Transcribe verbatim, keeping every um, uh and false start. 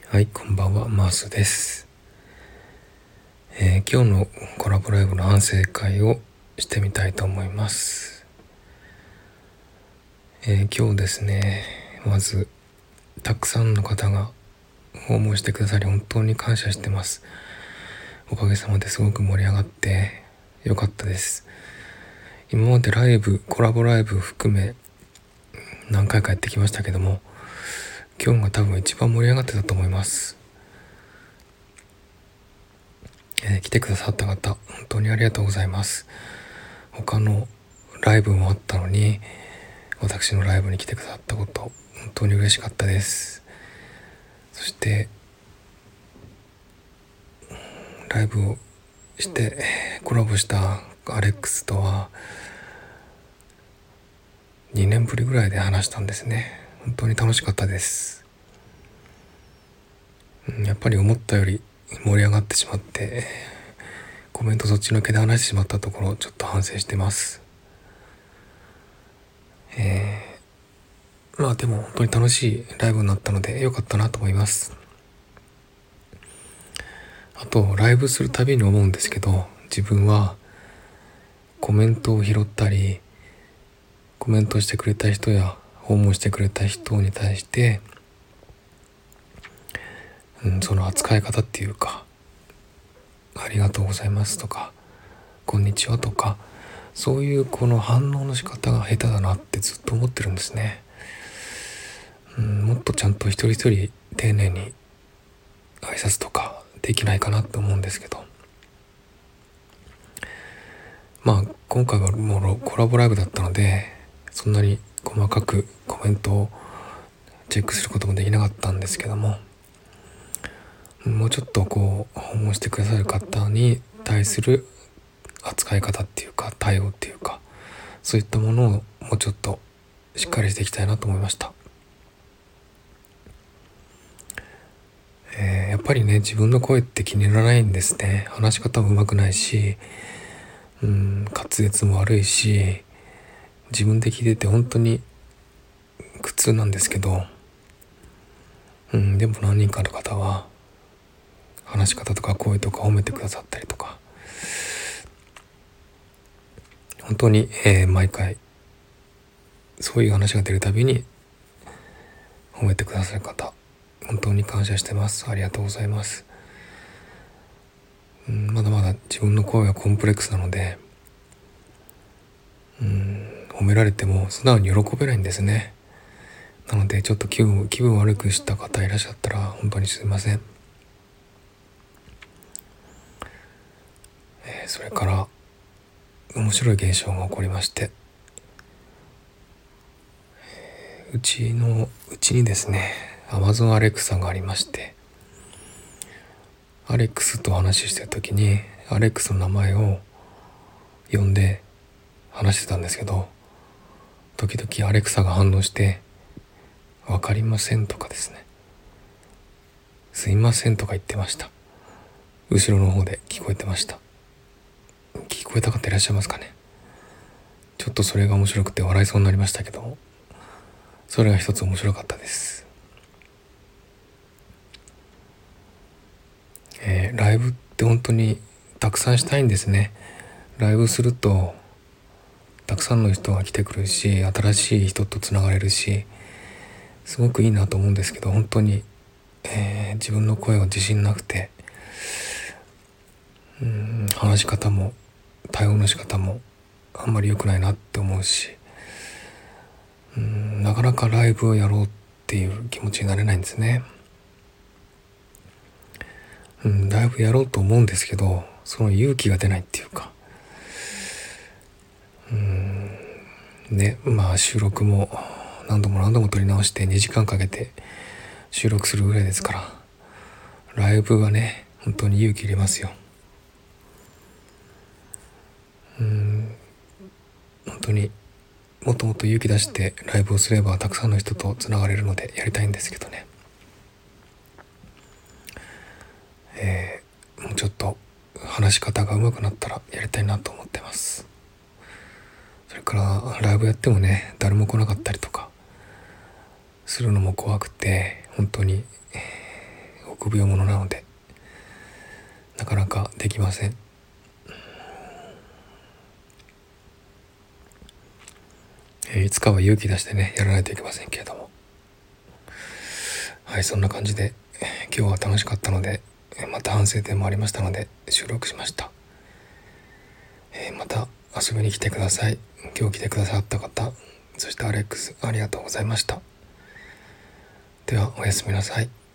はい、こんばんは、マースです。えー今日のコラボライブの反省会をしてみたいと思います。えー今日ですね、まずたくさんの方が訪問してくださり本当に感謝してます。おかげさまですごく盛り上がってよかったです。今までライブ、コラボライブ含め何回かやってきましたけども、今日が多分一番盛り上がってたと思います。えー来てくださった方、本当にありがとうございます。他のライブもあったのに、私のライブに来てくださったこと、本当に嬉しかったです。そしてライブをしてコラボしたアレックスとはにねんぶりぐらいで話したんですね。本当に楽しかったです。やっぱり思ったより盛り上がってしまって、コメントそっちのけで話してしまったところ、ちょっと反省してます。えー、まあでも本当に楽しいライブになったので良かったなと思います。あとライブするたびに思うんですけど、自分はコメントを拾ったり、コメントしてくれた人や訪問してくれた人に対して、うん、その扱い方っていうか、ありがとうございますとか、こんにちはとか、そういうこの反応の仕方が下手だなってずっと思ってるんですね。うん、もっとちゃんと一人一人丁寧に挨拶とかできないかなって思うんですけど、まあ今回はもうコラボライブだったので、そんなに細かくコメントをチェックすることもできなかったんですけども、もうちょっとこう訪問してくださる方に対する扱い方っていうか、対応っていうか、そういったものをもうちょっとしっかりしていきたいなと思いました。えーやっぱりね、自分の声って気に入らないんですね。話し方も上手くないし、うん、滑舌も悪いし、自分で聞いてて本当に苦痛なんですけど、うん、でも何人かの方は話し方とか声とか褒めてくださったりとか、本当に、えー毎回そういう話が出るたびに褒めてくださる方、本当に感謝してます。ありがとうございます。うん、まだまだ自分の声はコンプレックスなので、うん、褒められても素直に喜べないんですね。なのでちょっと気分気分悪くした方いらっしゃったら本当にすいません。えーそれから面白い現象が起こりまして、うちのうちにですね、 Amazon Alexa がありまして、アレックスと話してる時にアレックスの名前を呼んで話してたんですけど、時々アレクサが反応して「わかりません」とかですね、「すいません」とか言ってました。後ろの方で聞こえてました。聞こえた方いらっしゃいますかね。ちょっとそれが面白くて笑いそうになりましたけど、それが一つ面白かったです。えーライブって本当にたくさんしたいんですね。ライブするとたくさんの人が来てくるし、新しい人とつながれるし、すごくいいなと思うんですけど、本当に、えー自分の声は自信なくて、うん、話し方も対応の仕方もあんまり良くないなって思うし、うん、なかなかライブをやろうっていう気持ちになれないんですね。うん、ライブやろうと思うんですけど、その勇気が出ないっていうか、うんね、まあ収録も何度も何度も撮り直してにじかんかけて収録するぐらいですから、ライブはね本当に勇気いりますよ。うん本当にもっともっと勇気出してライブをすればたくさんの人とつながれるのでやりたいんですけどね。えー、もうちょっと話し方が上手くなったらやりたいなと思ってます。それからライブやってもね、誰も来なかったりとかするのも怖くて、本当に臆病者なのでなかなかできません。えー、いつかは勇気出してねやらないといけませんけれども、はい、そんな感じで今日は楽しかったので、また反省点もありましたので収録しました。えー、また遊びに来てください。今日来てくださった方、そしてアレックスありがとうございました。ではおやすみなさい。